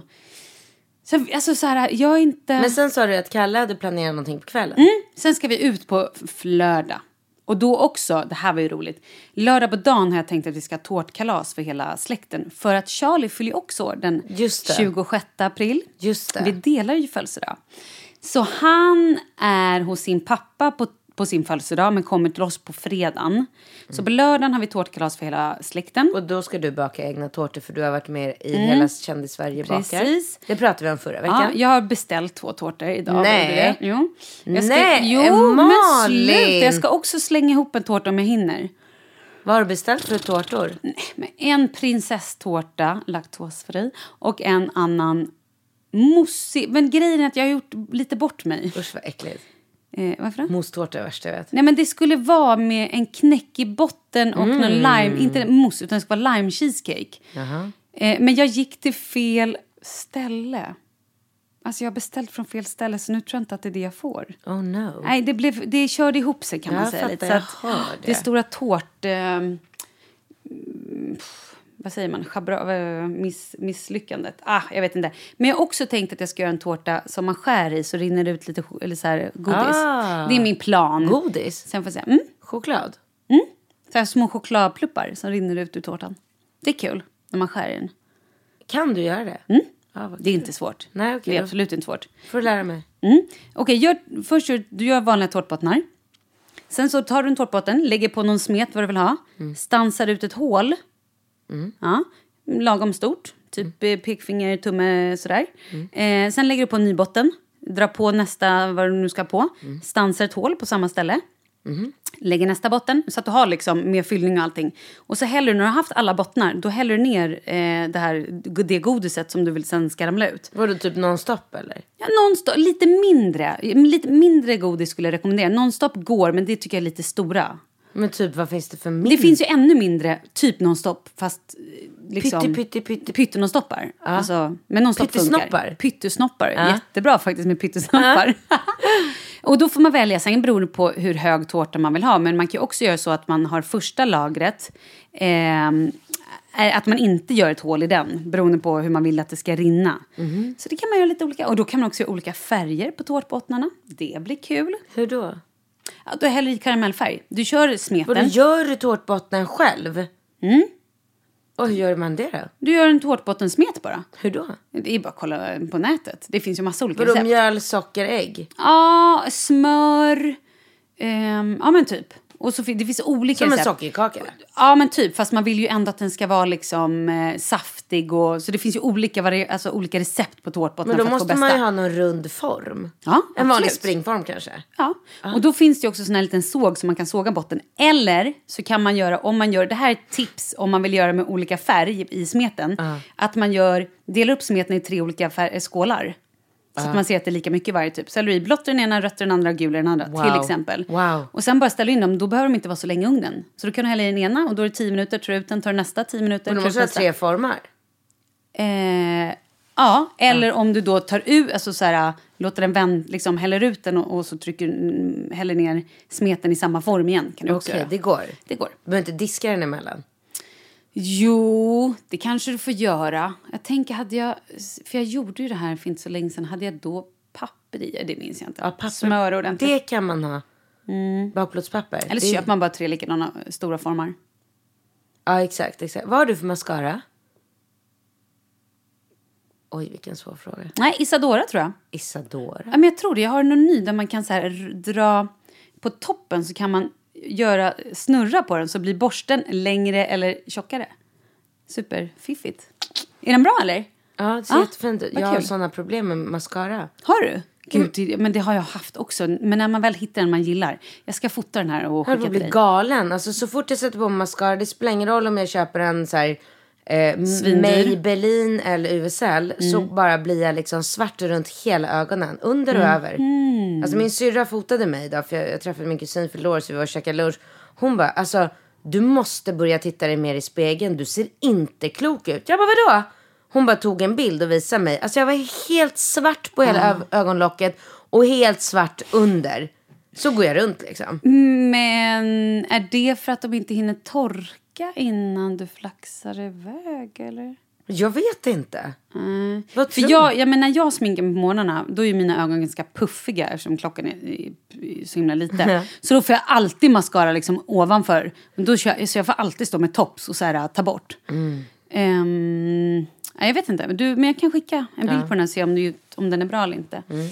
Så, alltså så här, jag är inte... Men sen sa du att Kalle hade planerat någonting på kvällen. Mm, sen ska vi ut på f- lördag. Och då också, det här var ju roligt. Lördag på dagen har jag tänkt att vi ska ha tårtkalas för hela släkten. För att Charlie fyller också år den Just det. tjugosjätte april. Just det. Vi delar ju födelsedag. Så han är hos sin pappa på, på sin födelsedag men kommer till oss på fredagen. Mm. Så på lördagen har vi tårtkalas för hela släkten. Och då ska du baka egna tårtor för du har varit med i mm. hela Kändis-Sverige bakar. Precis. Det pratade vi om förra veckan. Ja, jag har beställt två tårtor idag. Nej. Det? Jo. Jag ska, Nej, jo, Malin. men sluta. Jag ska också slänga ihop en tårta om jag hinner. Vad har du beställt för tårtor? Nej, men en prinsesstårta, laktosfri, och en annan mossig. Men grejen är att jag har gjort lite bort mig. Usch, vad äckligt. Eh, varför då? Mosstårta är värsta jag vet. Nej, men det skulle vara med en knäck i botten och Mm. någon lime. Inte mousse, utan det ska vara lime cheesecake. Jaha. Eh, men jag gick till fel ställe. Alltså jag har beställt från fel ställe, så nu tror jag inte att det är det jag får. Oh no. Nej, det, blev, det körde ihop sig kan man Jag säga. fattar, Lite. jag Så hör att det. det stora tårt... Eh, vad säger man? Chabra, eh, miss, misslyckandet. Ah, jag vet inte. Men jag har också tänkt att jag ska göra en tårta som man skär i så rinner det ut lite eller så här, godis. Ah. Det är min plan. Godis? Sen får jag säga, mm, Choklad? mm. Så här små chokladpluppar som rinner ut ur tårtan. Det är kul när man skär i den. Kan du göra det? Mm, Ah, det är inte svårt. Nej, okay, det är absolut inte svårt. Får du lära mig. Mm. Okej, okay, först gör du gör vanliga tårtbottnar. Sen så tar du en tårtbotten, lägger på någon smet vad du vill ha. Mm. Stansar ut ett hål. Mm. Ja, lagom stort. Typ mm. pekfinger, tumme, sådär. Mm. Eh, sen lägger du på en ny botten. Drar på nästa, vad du nu ska på. Mm. Stansar ett hål på samma ställe. Mm. Lägger nästa botten så att du har liksom med fyllning och allting. Och så häller du, när du har haft alla bottnar, då häller du ner eh, det här det godiset som du vill sen ska ramla ut. Var det typ non-stop eller? Ja, non-stop, lite mindre. Lite mindre godis skulle jag rekommendera. Non-stop går, men det tycker jag är lite stora. Men typ, vad finns det för mindre? Det finns ju ännu mindre, typ non-stop, fast liksom... Pytte, pytte, pytte. Pytte-non-stoppar. Ja. Alltså, men non-stop Pyttesnoppar. Pyttesnoppar. Ja. Jättebra faktiskt med pyttesnoppar. Ja. Och då får man välja, sen beror det på hur hög tårta man vill ha. Men man kan ju också göra så att man har första lagret. Eh, att man inte gör ett hål i den, beroende på hur man vill att det ska rinna. Mm. Så det kan man göra lite olika. Och då kan man också göra olika färger på tårtbottnarna. Det blir kul. Hur då? Ja, du häller i karamellfärg. Du kör smeten. Och du gör du tårtbotten själv? Mm. Och hur gör man det då? Du gör en tårtbottensmet bara. Hur då? Det är bara att kolla på nätet. Det finns ju massa olika Vadå, recept. mjöl, socker, ägg? Ja, smör. Um, ja, men typ. Och så det finns olika Som recept. en sockerkaka? Ja, men typ. Fast man vill ju ändå att den ska vara liksom eh, saftig. Och, så det finns ju olika, vari- alltså, olika recept på tårtbottnar. Men då för att få måste bästa. man ju ha någon rund form. Ja, en vanlig absolut. springform kanske. Ja, ah. Och då finns det ju också sån här liten såg som man kan såga botten. Eller så kan man göra, om man gör, det här är ett tips om man vill göra med olika färg i smeten. Ah. Att man gör, delar upp smeten i tre olika fär- skålar. Så ah. att man ser att det är lika mycket varje typ. Så häller du i blått den ena, rött den andra, gul den andra. Wow. Till exempel. Wow. Och sen bara ställa in dem. Då behöver de inte vara så länge i ugnen. Så då kan du hälla i den ena och då är det tio minuter. Tar ut den, tar nästa tio minuter. Och då måste du ha tre formar. Eh, ja, eller ah. om du då tar ut, alltså så här, låter den vända, liksom häller ut den och, och så trycker, häller ner smeten i samma form igen. Kan du också Okej, göra. det går. Det går. Du behöver inte diska den emellan. Jo, det kanske du får göra. Jag tänker, hade jag, för jag gjorde ju det här för inte så länge sedan, hade jag då papper i? Det minns jag inte. Ja, papper, smör ordentligt. Det kan man ha. Mm. Bakplåtspapper. Eller så det... köper man bara tre likadana stora formar. Ja, exakt, exakt. Vad har du för mascara? Oj, vilken svår fråga. Nej, Isadora tror jag. Isadora? Ja, men jag tror det. Jag har någon ny där man kan så här dra på toppen, så kan man göra, snurra på den så blir borsten längre eller tjockare. Superfiffigt. Är den bra eller? Ja, det ser ah, jättefint ut. Jag har sådana problem med mascara. Har du? Gud, det, men det har jag haft också. Men när man väl hittar den man gillar. Jag ska fota den här och skicka till dig. Jag blir galen. Alltså, så fort jag sätter på mascara, det spelar ingen roll om jag köper en så här, eh, Maybelline eller U S L. Mm. Så bara blir jag liksom svart runt hela ögonen. Under och mm. över. Mm. Alltså min syrra fotade mig då. För jag, jag träffade min kusin för år, så vi var och käkade lunch. Hon bara, alltså du måste börja titta dig mer i spegeln. Du ser inte klok ut. Jag bara, vadå? Hon bara tog en bild och visade mig. Alltså jag var helt svart på hela mm. ö- ögonlocket. Och helt svart under. Så går jag runt liksom. Men är det för att de inte hinner torka innan du flaxar iväg eller? Jag vet inte. Mm. Vad tror för jag, jag menar, när jag sminkar mig på morgnarna, då är mina ögon ganska puffiga eftersom klockan är så himla lite. Mm. Så då får jag alltid mascara liksom ovanför. Då kör jag, så jag får alltid stå med tops och så här, ta bort. Mm. Um, jag vet inte, men, du, men jag kan skicka en bild ja. på den och se om, du, om den är bra eller inte. Mm.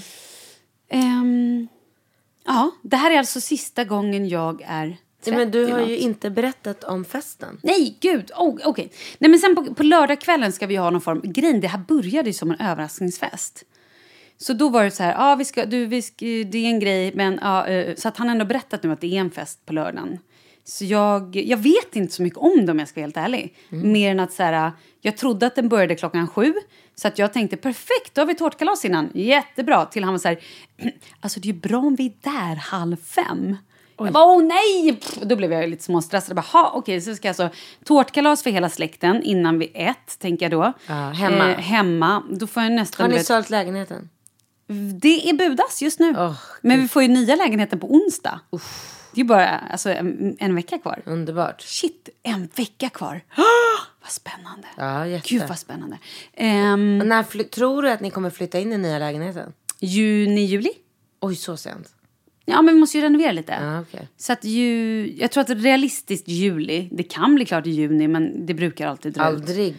Um, ja, det här är alltså sista gången jag är trettio. Men du har något. Ju inte berättat om festen. Nej, gud. Oh, okej. Okay. Nej, men sen på, på lördagskvällen ska vi ha någon form. Grejen, det här började ju som en överraskningsfest. Så då var det så här, ja, vi ska, du, vi ska, det är en grej, men ja, så att han ändå berättat nu att det är en fest på lördagen. Så jag, jag vet inte så mycket om dem, jag ska vara helt ärlig. Mm. Mer än att så här, jag trodde att den började klockan sju. Så att jag tänkte, perfekt, då har vi tårtkalas innan. Jättebra. Till han var så här, alltså det är ju bra om vi är där halv fem. Oj. Jag bara, åh nej! Då blev jag lite småstressad. Jag bara, okej, okay, så ska jag alltså tårtkalas för hela släkten innan vi ett, tänker jag då. Ja, hemma. Eh, hemma. Då får jag nästan... Har ni vet, sålt lägenheten? Det är budas just nu. Oh, men vi får ju nya lägenheten på onsdag. Uff. Det är bara alltså, en, en vecka kvar. Underbart. Shit, en vecka kvar. Oh, vad spännande. Ja, jätte. Gud, vad spännande. Um, när fly- tror du att ni kommer flytta in i nya lägenheten? Juni, juli. Oj, så sent. Ja, men vi måste ju renovera lite. Ah, okay. Så att ju, jag tror att realistiskt juli. Det kan bli klart i juni, men det brukar alltid dröja. Aldrig.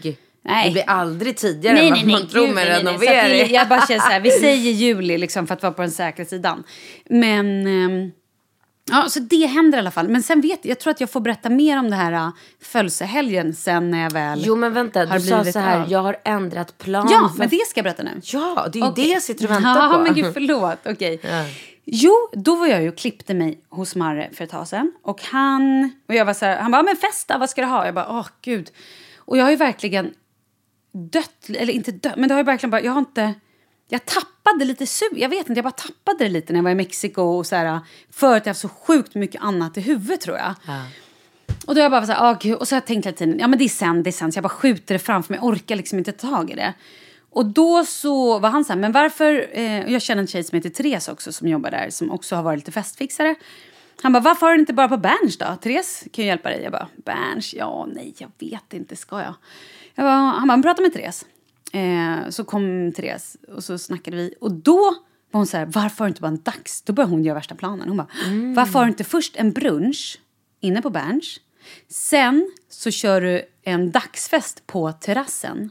Nej. Det blir aldrig tidigare nej, än nej, vad man nej, tror gud, med nej, nej, renovering. nej. Jag bara känner så här, vi säger juli liksom för att vara på den säkra sidan. Men um, ja, så det händer i alla fall. Men sen vet jag, jag tror att jag får berätta mer om det här uh, födelsehelgen sen när jag väl. Jo men vänta, du sa så här, av. jag har ändrat plan. Ja, för... men det ska jag berätta nu. Ja, det är ju okay. det jag sitter och väntar ja, på. Ja, men gud förlåt. Okej. Okay. Ja. Jo, då var jag ju och klippte mig hos Marre för ett tag sedan. Och han, och jag var så här, han bara, men festa, vad ska du ha? Jag bara, åh gud. Och jag har ju verkligen dött, eller inte dött, men det har ju verkligen bara, jag har inte, jag tappade lite sug, jag vet inte, jag bara tappade det lite när jag var i Mexiko och så här, för att jag har så sjukt mycket annat i huvudet tror jag. Ja. Och då har jag bara så här, åh gud, och så har jag tänkt hela tiden, ja men det är sen, det är sen, så jag bara skjuter det framför mig, jag orkar liksom inte ta tag i det. Och då så var han så här, men varför, eh, jag känner en tjej som heter Therese också som jobbar där, som också har varit lite festfixare. Han bara, varför har du inte bara på Berns då? Therese kan ju hjälpa dig. Jag bara, Berns? Ja, nej, jag vet inte, ska jag? jag bara, han bara, prata med Therese. Eh, så kom Therese och så snackade vi. Och då var hon så här, varför har du inte bara en dags? Då började hon göra värsta planen. Hon bara, mm. varför har du inte först en brunch inne på Berns? Sen så kör du en dagsfest på terrassen.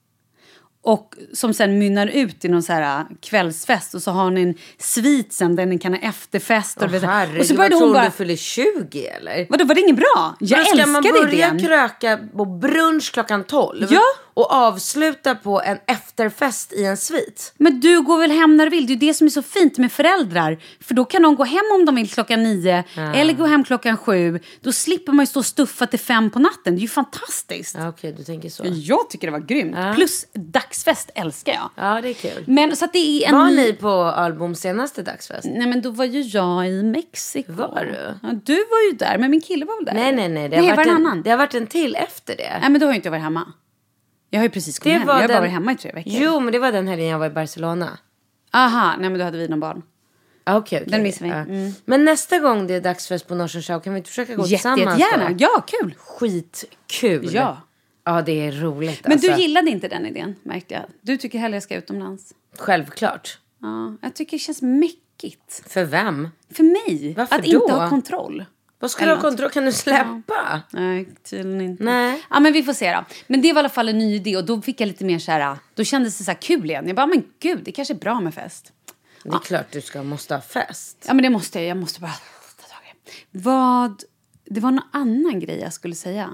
Och som sen mynnar ut i någon så här kvällsfest. Och så har ni en svit sen där ni kan ha efterfest. Och, oh, herre, och så började hon bara... du fyller tjugo eller? Vadå, var det inget bra? Jag älskade idén. Ska man börja idén. kröka på brunch klockan tolv? Ja. Och avsluta på en efterfest i en svit? Men du går väl hem när du vill. Det är det som är så fint med föräldrar. För då kan de gå hem om de vill klockan nio. Ah. Eller gå hem klockan sju. Då slipper man ju stå och stuffa till fem på natten. Det är ju fantastiskt. Ah, Okej, okay, du tänker så. Jag tycker det var grymt. Ah. Plus dagsfest älskar jag. Ja, det är kul. Men, så att det är en... Var ni på Albums senaste dagsfest? Nej, men då var ju jag i Mexiko. Var du? Ja, du var ju där, men min kille var väl där. Nej, nej, nej. Det, nej, har, varit en, annan. det har varit en till efter det. Nej, men då har jag inte varit hemma. Jag har ju precis kommit hem. Jag har den... bara varit hemma i tre veckor. Jo, men det var den helgen jag var i Barcelona. Aha, nej men då hade vi någon barn. Okej, okay, okay. Den missade vi. Ja. Mm. Men nästa gång det är dagsfest på Norsen Show kan vi inte försöka gå Jätte, tillsammans jättegärna. Då? Ja, kul. Skitkul. Ja. Ja, det är roligt. Men alltså. Du gillade inte den idén, märkte jag. Du tycker hellre jag ska utomlands. Självklart. Ja, jag tycker det känns mäckigt. För vem? För mig. Varför att då? inte ha kontroll. Vad ska du ha kontroll? Kan du släppa? Ja. Nej, tydligen inte. Nej. Ja, men vi får se då. Men det var i alla fall en ny idé. Och då fick jag lite mer så här... Då kändes det så här kul igen. Jag bara, men gud, det kanske är bra med fest. Det är ja. klart du ska, måste ha fest. Ja, men det måste jag. Jag måste bara ta tag i det. Vad... Det var någon annan grej jag skulle säga.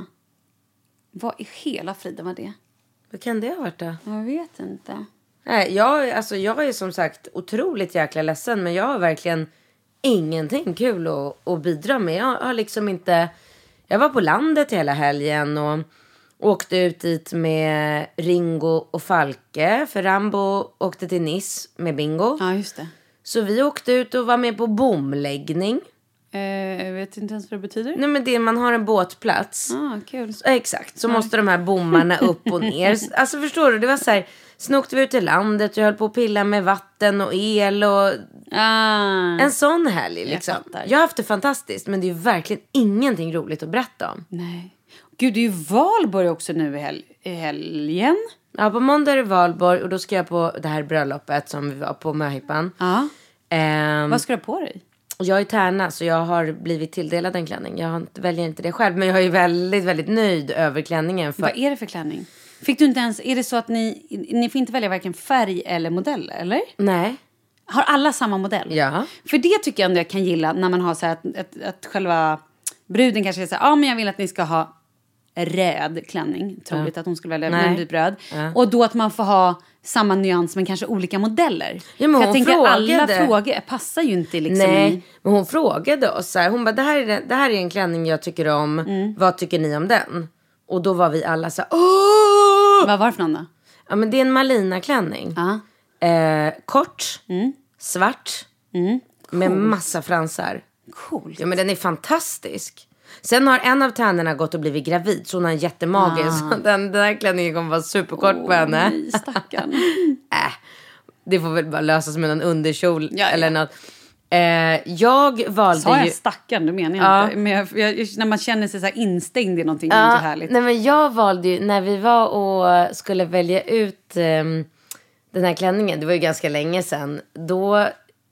Vad i hela friden var det? Vad kan det ha varit då? Jag vet inte. Nej, jag, alltså, jag är som sagt otroligt jäkla ledsen. Men jag har verkligen ingenting kul att, att bidra med. Jag har liksom inte... Jag var på landet hela helgen och åkte ut dit med Ringo och Falke. För Rambo åkte till Nice med Bingo. Ja, just det. Så vi åkte ut och var med på bomläggning. Eh, jag vet inte ens vad det betyder. Nej, men det man har en båtplats. Ah, kul. Så, exakt, så ja. måste de här bommarna upp och ner. Alltså förstår du, det var så här... Sen åkte vi ut till landet. Jag höll på att pilla med vatten och el och... Ah, en sån helg liksom. Jag, jag har haft det fantastiskt. Men det är verkligen ingenting roligt att berätta om. Nej. Gud, det är ju valborg också nu i, hel- i helgen. Ja, på måndag är det valborg. Och då ska jag på det här bröllopet som vi var på Möhippan. Ja. Um, Vad ska du på dig? Jag är tärna så jag har blivit tilldelad en klänning. Jag har, väljer inte det själv. Men jag är väldigt, väldigt nöjd över klänningen. För... Vad är det för klänning? Fick du inte ens... Är det så att ni... Ni får inte välja varken färg eller modell, eller? Nej. Har alla samma modell? Ja. För det tycker jag ändå jag kan gilla när man har så här att, att, att själva bruden kanske säger ja ah, men jag vill att ni ska ha röd klänning. Troligt ja. att hon skulle välja men typ röd. Ja. Och då att man får ha samma nyans men kanske olika modeller. Ja, men för hon jag tänker frågade... alla frågor passar ju inte liksom. Nej, i... men hon frågade oss så här, hon bara det här är det här är en klänning jag tycker om. Mm. Vad tycker ni om den? Och då var vi alla så här, åh! Vad var det för någon då? Ja, men det är en Malina klänning. Uh. Eh, kort, mm. svart, mm. Cool. med massa fransar. Coolt. Ja, men den är fantastisk. Sen har en av tärnorna gått och blivit gravid. Så hon har en jättemage. Ah. Så den, den här klänningen kommer vara superkort oh, på henne. Nej, stackarn. äh, det får väl bara lösas med någon underkjol. Ja, eller ja. något. Eh, jag valde Sa jag ju... stackarn, det menar jag ja. inte. Men jag, jag, när man känner sig så här instängd i någonting, ja, är inte härligt. Nej, men jag valde ju, när vi var och skulle välja ut um, den här klänningen. Det var ju ganska länge sedan. Då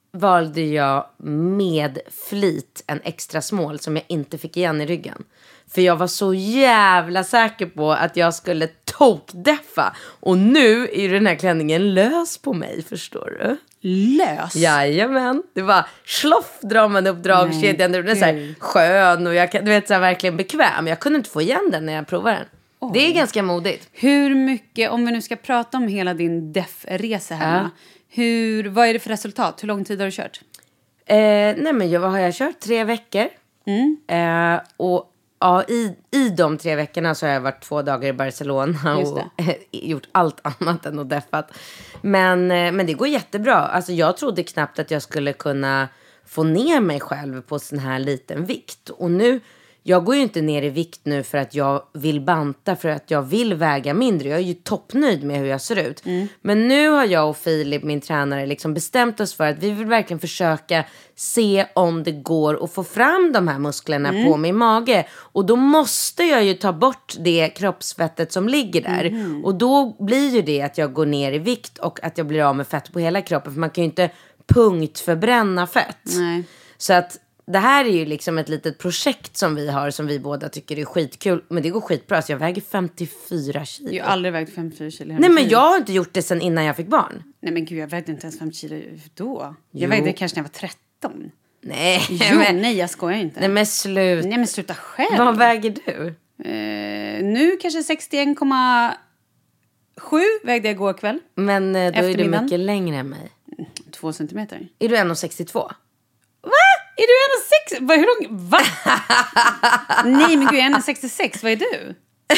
valde jag med flit en extra smål som jag inte fick igen i ryggen. För jag var så jävla säker på att jag skulle tokdeffa. Och nu är ju den här klänningen lös på mig, förstår du? Lös? Jajamän. Det var sloff, drar man upp dragkedjan. Den är så här skön och jag, du vet, så här, verkligen bekväm. Jag kunde inte få igen den när jag provade den. Oh. Det är ganska modigt. Hur mycket, om vi nu ska prata om hela din deff-resa här. Ja. Hur, vad är det för resultat? Hur lång tid har du kört? Eh, nej men jag, vad har jag kört? Tre veckor. Mm. Eh, och ja, i, i de tre veckorna så har jag varit två dagar i Barcelona och gjort allt annat än att deffat. Men, men det går jättebra. Alltså jag trodde knappt att jag skulle kunna få ner mig själv på sån här liten vikt. Och nu, jag går ju inte ner i vikt nu för att jag vill banta, för att jag vill väga mindre. Jag är ju toppnöjd med hur jag ser ut. Mm. Men nu har jag och Filip, min tränare, liksom bestämt oss för att vi vill verkligen försöka se om det går att få fram de här musklerna mm. på min mage. Och då måste jag ju ta bort det kroppsfettet som ligger där. Mm. Och då blir ju det att jag går ner i vikt och att jag blir av med fett på hela kroppen. För man kan ju inte punktförbränna fett. Nej. Så att det här är ju liksom ett litet projekt som vi har, som vi båda tycker är skitkul. Men det går skitbra, så jag väger femtiofyra kilo. Jag har aldrig vägt femtiofyra kilo. Nej, men jag har inte gjort det sen innan jag fick barn. Nej, men gud, jag vägde inte ens fem kilo då. Jag jo. vägde kanske när jag var tretton. Nej. Jo, men, nej, jag skojar inte. Nej, men slut. Nej, men sluta själv. Vad väger du? Eh, nu kanske sextioen komma sju vägde jag igår kväll. Men då är du mycket längre än mig. Två centimeter. Är du en komma sextiotvå? Va? Är du en komma sex? Hur lång? Va? Nej, men gud, en komma sextiosex. Vad är du?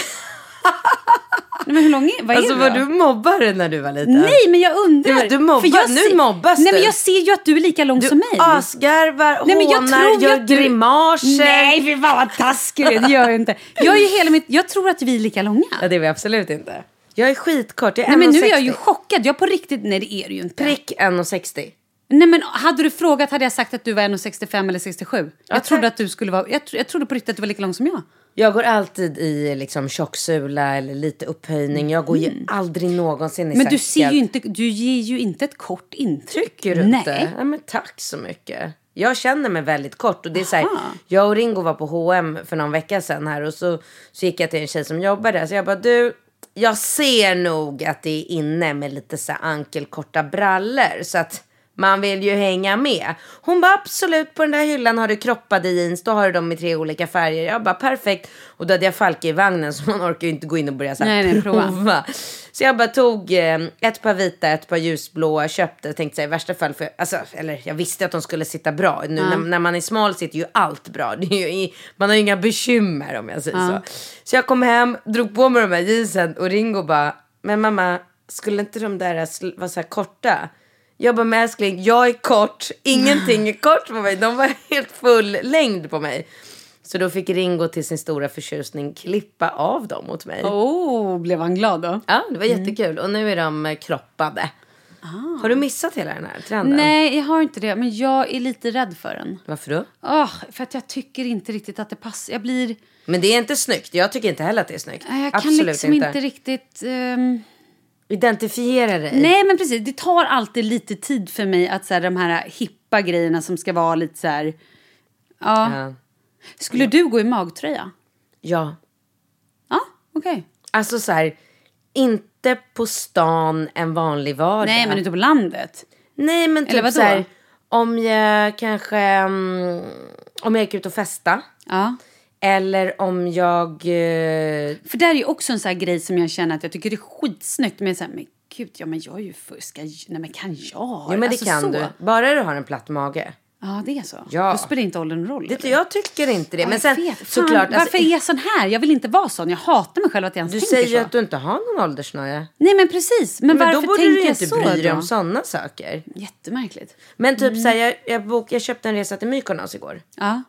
Nej, men hur lång är, vad är alltså, du? Alltså, var du mobbare när du var liten? Nej, men jag undrar. Du, du mobbar, jag nu ser, mobbas nej, du. men jag ser ju att du är lika lång du som mig. Du asgarvar, nej, men jag hånar, tror gör att du... grimaser. Nej, vi var taskigt. Det gör jag inte. Jag, är ju hela mitt... jag tror att vi är lika långa. Ja, det är vi absolut inte. Jag är skitkort, jag är nej, men nu är jag sextio. ju chockad. Jag på riktigt, nej det är du ju inte. Prick en komma sextio. Nej, men hade du frågat hade jag sagt att du var en komma sextiofem eller sextiosju. Jag ja, trodde att du skulle vara... Jag, jag trodde på riktigt att du var lika lång som jag. Jag går alltid i liksom tjocksula eller lite upphöjning. Jag går mm. ju aldrig någonsin i men du ser ju inte, du ger ju inte ett kort intryck. Tycker du nej. inte? Ja, men tack så mycket. Jag känner mig väldigt kort. Och det är så här, jag och Ringo var på H och M för någon vecka sedan här. Och så, så gick jag till en tjej som jobbar där. Så jag bara, du, jag ser nog att det är inne med lite så här ankelkorta brallor. Så att man vill ju hänga med. Hon bara, absolut, på den där hyllan har du kroppade jeans. Då har du dem i tre olika färger. Jag bara, perfekt. Och då hade jag Falke i vagnen, så man orkar ju inte gå in och börja så här nej, nej, prova. prova. Så jag bara tog eh, ett par vita, ett par ljusblåa. Köpte, tänkte säga i värsta fall. För, alltså, eller jag visste att de skulle sitta bra. Nu mm. när, när man är smal sitter ju allt bra. Det är ju, man har ju inga bekymmer om jag säger mm. så. Så jag kom hem, drog på mig de här jeansen. Och Ringo bara, men mamma, skulle inte de där vara så här korta? Jag bara, med älskling, jag är kort. Ingenting är kort på mig. De var helt full längd på mig. Så då fick Ringo till sin stora förtjusning klippa av dem åt mig. Åh, oh, blev han glad då? Ja, det var mm. jättekul. Och nu är de kroppade. Ah. Har du missat hela den här trenden? Nej, jag har inte det. Men jag är lite rädd för den. Varför då? Oh, för att jag tycker inte riktigt att det passar. Jag blir... Men det är inte snyggt. Jag tycker inte heller att det är snyggt. Jag kan absolut liksom inte, inte riktigt... Um... Identifiera dig. Nej, men precis. Det tar alltid lite tid för mig att så här, de här hippa grejerna som ska vara lite så här... Ja. ja. Skulle ja. du gå i magtröja? Ja. Ja, okej. Okay. Alltså så här, inte på stan en vanlig vardag. Nej, men ute på landet. Nej, men typ så här, om jag kanske... Um, om jag gick ut och festa. Ja. Eller om jag... Eh... För där är ju också en sån här grej som jag känner att jag tycker det är skitsnyggt. Men så här, men gud, ja men jag är ju fuska. Nej, men kan jag? Ja, men alltså, det kan så. du. Bara du har en platt mage. Ja, det är så. Ja. Då spelar inte åldern roll. Det, jag tycker inte det. Ja, men sen, såklart, Fan, varför är jag sån här? Jag vill inte vara sån. Jag hatar mig själv att jag ens du tänker så. Du säger ju att du inte har någon åldersnöja. Nej, men precis. Men, men varför då borde tänker du jag inte så bry dig då? om sådana saker. Jättemärkligt. Men typ mm. så här, jag, jag, bok, jag köpte en resa till Mykonos igår. Ja.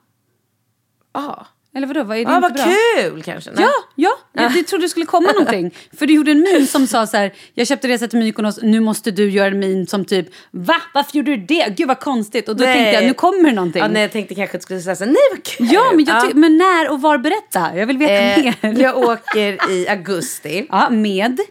Ja. Eller vadå, vad är det ja, inte vad bra? Kul kanske. Nej. Ja, ja, jag, jag trodde det skulle komma någonting. För du gjorde en min som sa så här, jag köpte resa till Mykonos, nu måste du göra en min som typ, va? Varför gjorde du det? Gud vad konstigt. Och då nej. tänkte jag, nu kommer det någonting. Ja, nej, jag tänkte kanske att du skulle säga så här, nej vad kul. Ja, men, jag ty- ja. men när och var, berätta. Jag vill veta eh, mer. Jag åker i augusti. Ja, med?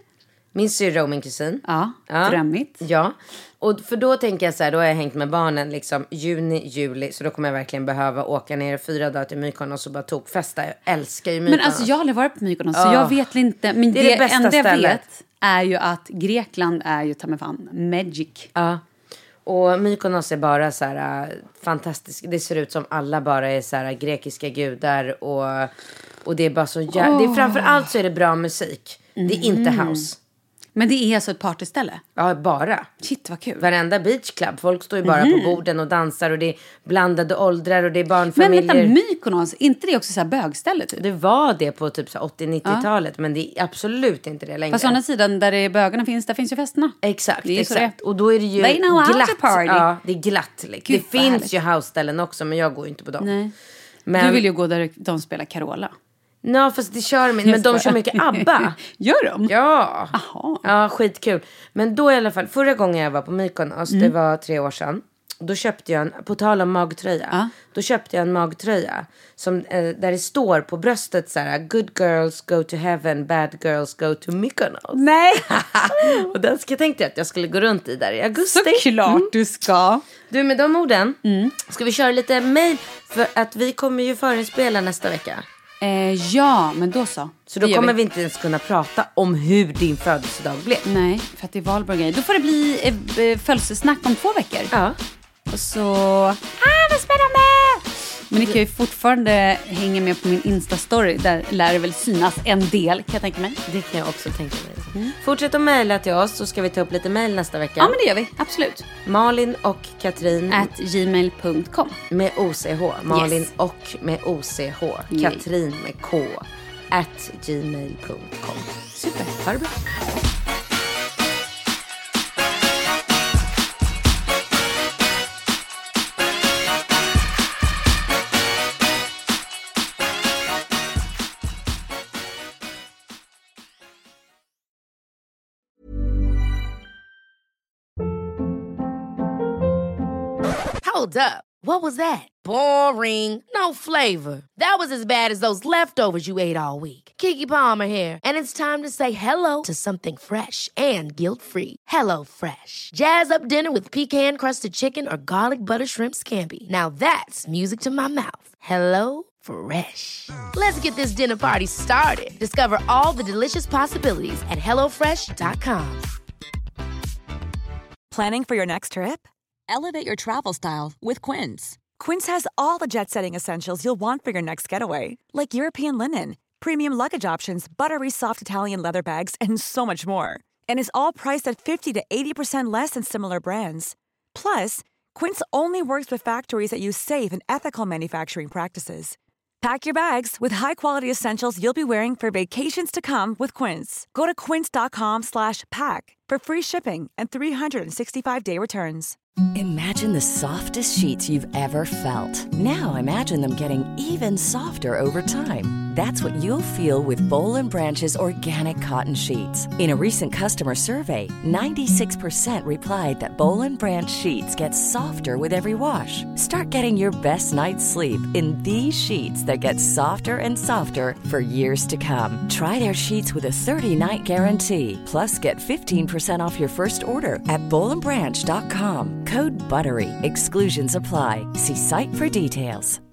Min syrra och min kusin. Ja, ja, drömmigt. Ja, och för då tänker jag så här, då har jag hängt med barnen liksom juni, juli. Så då kommer jag verkligen behöva åka ner fyra dagar till Mykonos och bara tokfesta. Jag älskar ju Mykonos. Men alltså jag har aldrig varit på Mykonos, oh. så jag vet inte. Men det, är det, det bästa enda jag stället. vet är ju att Grekland är ju ta mig fan magic. Ja, och Mykonos är bara så här uh, fantastiskt. Det ser ut som alla bara är så här grekiska gudar och, och det är bara så jä- oh. det är, framförallt så är det bra musik. Mm. Det är inte house. Men det är alltså ett partyställe? Ja, bara. Shit, vad kul. Varenda beachclub. Folk står ju bara mm. på borden och dansar. Och det är blandade åldrar och det är barnfamiljer. Men vänta, Mykonos, inte det också så här bögställe typ? Det var det på typ så åttio-nittiotalet. Ja. Men det är absolut inte det längre. Fast å andra sidan, där det är bögarna finns, där finns ju festerna. Exakt, exakt. Och då är det ju They know glatt. How to party. Ja, det är glatt. Liksom. Det finns härligt. Ju house-ställen också, men jag går inte på dem. Nej. Men... Du vill ju gå där de spelar Carola. Ja, no, fast det kör med, men de kör mycket ABBA. Gör de? Ja. Aha. Ja, skitkul. Men då i alla fall, förra gången jag var på Mykonos, mm. det var tre år sedan. Då köpte jag en, på tal om magtröja. Ah. Då köpte jag en magtröja som, eh, där det står på bröstet så här: good girls go to heaven, bad girls go to Mykonos. Nej. Och den ska jag tänkte att jag skulle gå runt i där i augusti. Såklart mm. du ska. Du, med de orden, mm. ska vi köra lite mail, för att vi kommer ju förinspela nästa vecka. Eh, ja, men då så. Så då kommer vi. vi inte ens kunna prata om hur din födelsedag blev. Nej, för att det är valborg. Då får det bli eh, födelsesnack om två veckor. Ja. Och så... Ah, vad spännande! Men ni kan ju fortfarande hänga med på min Insta-story. Där lär det väl synas en del, kan jag tänka mig. Det kan jag också tänka mig. Mm. Fortsätt att mejla till oss, så ska vi ta upp lite mejl nästa vecka. Ja, men det gör vi. Absolut. Malin och Katrin at gmail punkt com. Med O C H. Malin yes. och med O C H. Yay. Katrin med K. At gmail punkt com. Super. Ha det bra. Hold up. What was that? Boring. No flavor. That was as bad as those leftovers you ate all week. Keke Palmer here, and it's time to say hello to something fresh and guilt-free. Hello Fresh. Jazz up dinner with pecan-crusted chicken or garlic butter shrimp scampi. Now that's music to my mouth. Hello Fresh. Let's get this dinner party started. Discover all the delicious possibilities at hello fresh dot com. Planning for your next trip? Elevate your travel style with Quince. Quince has all the jet-setting essentials you'll want for your next getaway, like European linen, premium luggage options, buttery soft Italian leather bags, and so much more. And is all priced at fifty to eighty percent less than similar brands. Plus, Quince only works with factories that use safe and ethical manufacturing practices. Pack your bags with high-quality essentials you'll be wearing for vacations to come with Quince. Go to quince dot com slash pack for free shipping and three sixty-five day returns. Imagine the softest sheets you've ever felt. Now imagine them getting even softer over time. That's what you'll feel with Boll and Branch's organic cotton sheets. In a recent customer survey, ninety-six percent replied that Boll and Branch sheets get softer with every wash. Start getting your best night's sleep in these sheets that get softer and softer for years to come. Try their sheets with a thirty-night guarantee. Plus, get fifteen percent off your first order at boll and branch dot com. Code BUTTERY. Exclusions apply. See site for details.